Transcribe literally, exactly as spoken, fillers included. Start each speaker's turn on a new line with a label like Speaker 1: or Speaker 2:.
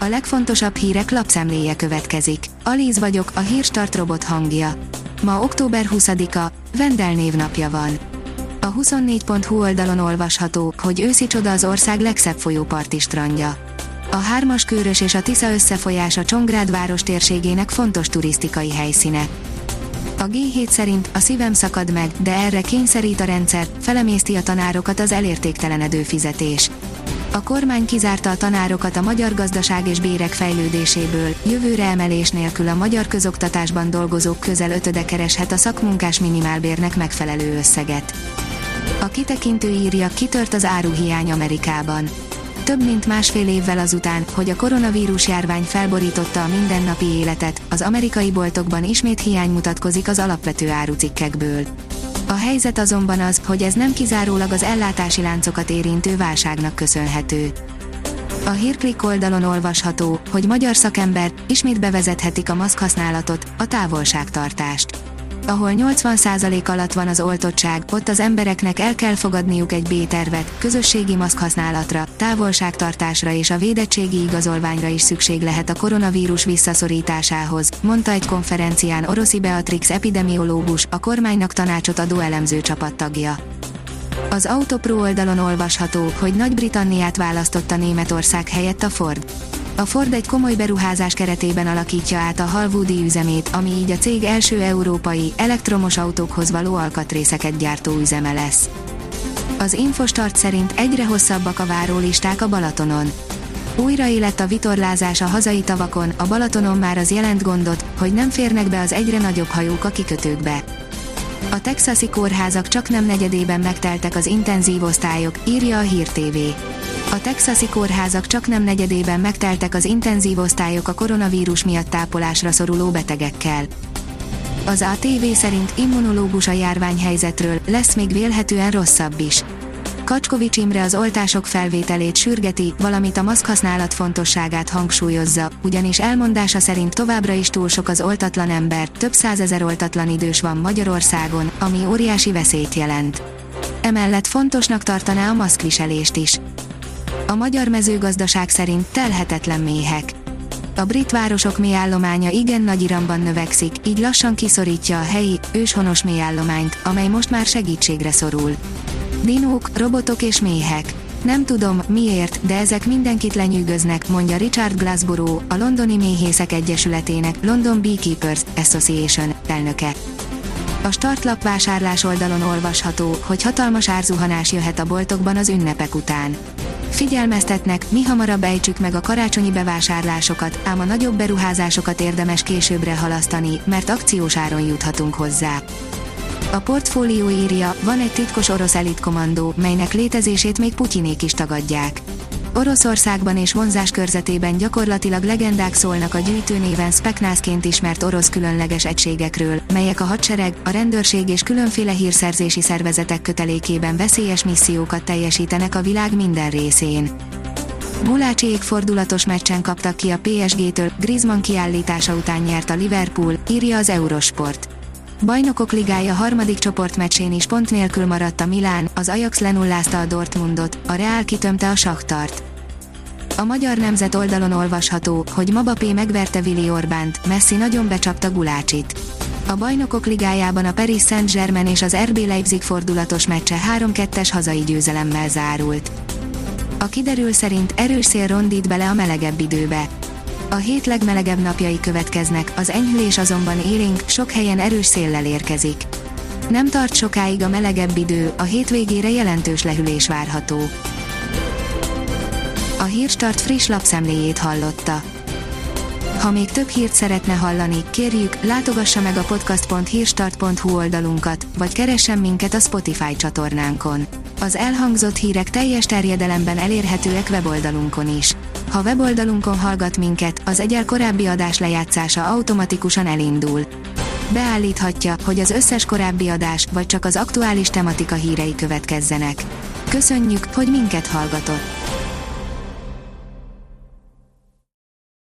Speaker 1: A legfontosabb hírek lapszemléje következik. Alíz vagyok, a Hírstart robot hangja. Ma október huszadika, Vendel névnapja van. A huszonnégy pont hu oldalon olvasható, hogy őszi csoda az ország legszebb folyóparti strandja. A Hármaskőrös és a Tisza összefolyása Csongrád város térségének fontos turisztikai helyszíne. A gé hét szerint a szívem szakad meg, de erre kényszerít a rendszer, felemészti a tanárokat az elértéktelenedő fizetés. A kormány kizárta a tanárokat a magyar gazdaság és bérek fejlődéséből, jövőre emelés nélkül a magyar közoktatásban dolgozók közel ötöde kereshet a szakmunkás minimálbérnek megfelelő összeget. A kitekintő írja, kitört az áruhiány Amerikában. Több mint másfél évvel azután, hogy a koronavírus járvány felborította a mindennapi életet, az amerikai boltokban ismét hiány mutatkozik az alapvető árucikkekből. A helyzet azonban az, hogy ez nem kizárólag az ellátási láncokat érintő válságnak köszönhető. A Hírklik oldalon olvasható, hogy magyar szakember, ismét bevezethetik a maszkhasználatot, a távolságtartást. Ahol nyolcvan százalék alatt van az oltottság, ott az embereknek el kell fogadniuk egy B-tervet, közösségi maszkhasználatra, távolságtartásra és a védettségi igazolványra is szükség lehet a koronavírus visszaszorításához, mondta egy konferencián Oroszi Beatrix epidemiológus, a kormánynak tanácsot adó elemző csapattagja. Az Autopro oldalon olvasható, hogy Nagy-Britanniát választotta Németország helyett a Ford. A Ford egy komoly beruházás keretében alakítja át a Hallwoodi üzemét, ami így a cég első európai, elektromos autókhoz való alkatrészeket gyártó üzeme lesz. Az Infostart szerint egyre hosszabbak a várólisták a Balatonon. Újra élett a vitorlázás a hazai tavakon, a Balatonon már az jelent gondot, hogy nem férnek be az egyre nagyobb hajók a kikötőkbe. A texasi kórházak csaknem negyedében megteltek az intenzív osztályok, írja a Hír té vé. A texasi kórházak csaknem negyedében megteltek az intenzív osztályok a koronavírus miatt tápolásra szoruló betegekkel. Az á té vé szerint immunológus a járványhelyzetről, lesz még vélhetően rosszabb is. Kacskovics Imre az oltások felvételét sürgeti, valamint a maszkhasználat fontosságát hangsúlyozza, ugyanis elmondása szerint továbbra is túl sok az oltatlan ember, több százezer oltatlan idős van Magyarországon, ami óriási veszélyt jelent. Emellett fontosnak tartaná a maszkviselést is. A magyar mezőgazdaság szerint telhetetlen méhek. A brit városok méhállománya igen nagy iramban növekszik, így lassan kiszorítja a helyi, őshonos méhállományt, amely most már segítségre szorul. Dinók, robotok és méhek. Nem tudom, miért, de ezek mindenkit lenyűgöznek, mondja Richard Glasborough, a Londoni Méhészek Egyesületének, London Beekeepers Association elnöke. A startlap vásárlás oldalon olvasható, hogy hatalmas árzuhanás jöhet a boltokban az ünnepek után. Figyelmeztetnek, mi hamarabb ejtsük meg a karácsonyi bevásárlásokat, ám a nagyobb beruházásokat érdemes későbbre halasztani, mert akciós áron juthatunk hozzá. A Portfólió írja, van egy titkos orosz elitkommandó, melynek létezését még Putyinék is tagadják. Oroszországban és vonzás körzetében gyakorlatilag legendák szólnak a gyűjtő néven Specnazként ismert orosz különleges egységekről, melyek a hadsereg, a rendőrség és különféle hírszerzési szervezetek kötelékében veszélyes missziókat teljesítenek a világ minden részén. Gulácsiék fordulatos meccsen kaptak ki a pé es gé-től, Griezmann kiállítása után nyert a Liverpool, írja az Eurosport. Bajnokok ligája harmadik csoportmeccsén is pont nélkül maradt a Milán, az Ajax lenullázta a Dortmundot, a Real kitömte a Saktart. A Magyar Nemzet oldalon olvasható, hogy Mbappé megverte Willi Orbánt, Messi nagyon becsapta Gulácsit. A Bajnokok ligájában a Paris Saint-Germain és az er bé Leipzig fordulatos meccse három kettes hazai győzelemmel zárult. A kiderül szerint erős szél rondít bele a melegebb időbe. A hét legmelegebb napjai következnek, az enyhülés azonban élénk, sok helyen erős széllel érkezik. Nem tart sokáig a melegebb idő, a hétvégére jelentős lehűlés várható. A Hírstart friss lapszemléjét hallotta. Ha még több hírt szeretne hallani, kérjük, látogassa meg a podcast pont hírstart pont hu oldalunkat, vagy keressen minket a Spotify csatornánkon. Az elhangzott hírek teljes terjedelemben elérhetőek weboldalunkon is. Ha weboldalunkon hallgat minket, az egyel korábbi adás lejátszása automatikusan elindul. Beállíthatja, hogy az összes korábbi adás, vagy csak az aktuális tematika hírei következzenek. Köszönjük, hogy minket hallgatott!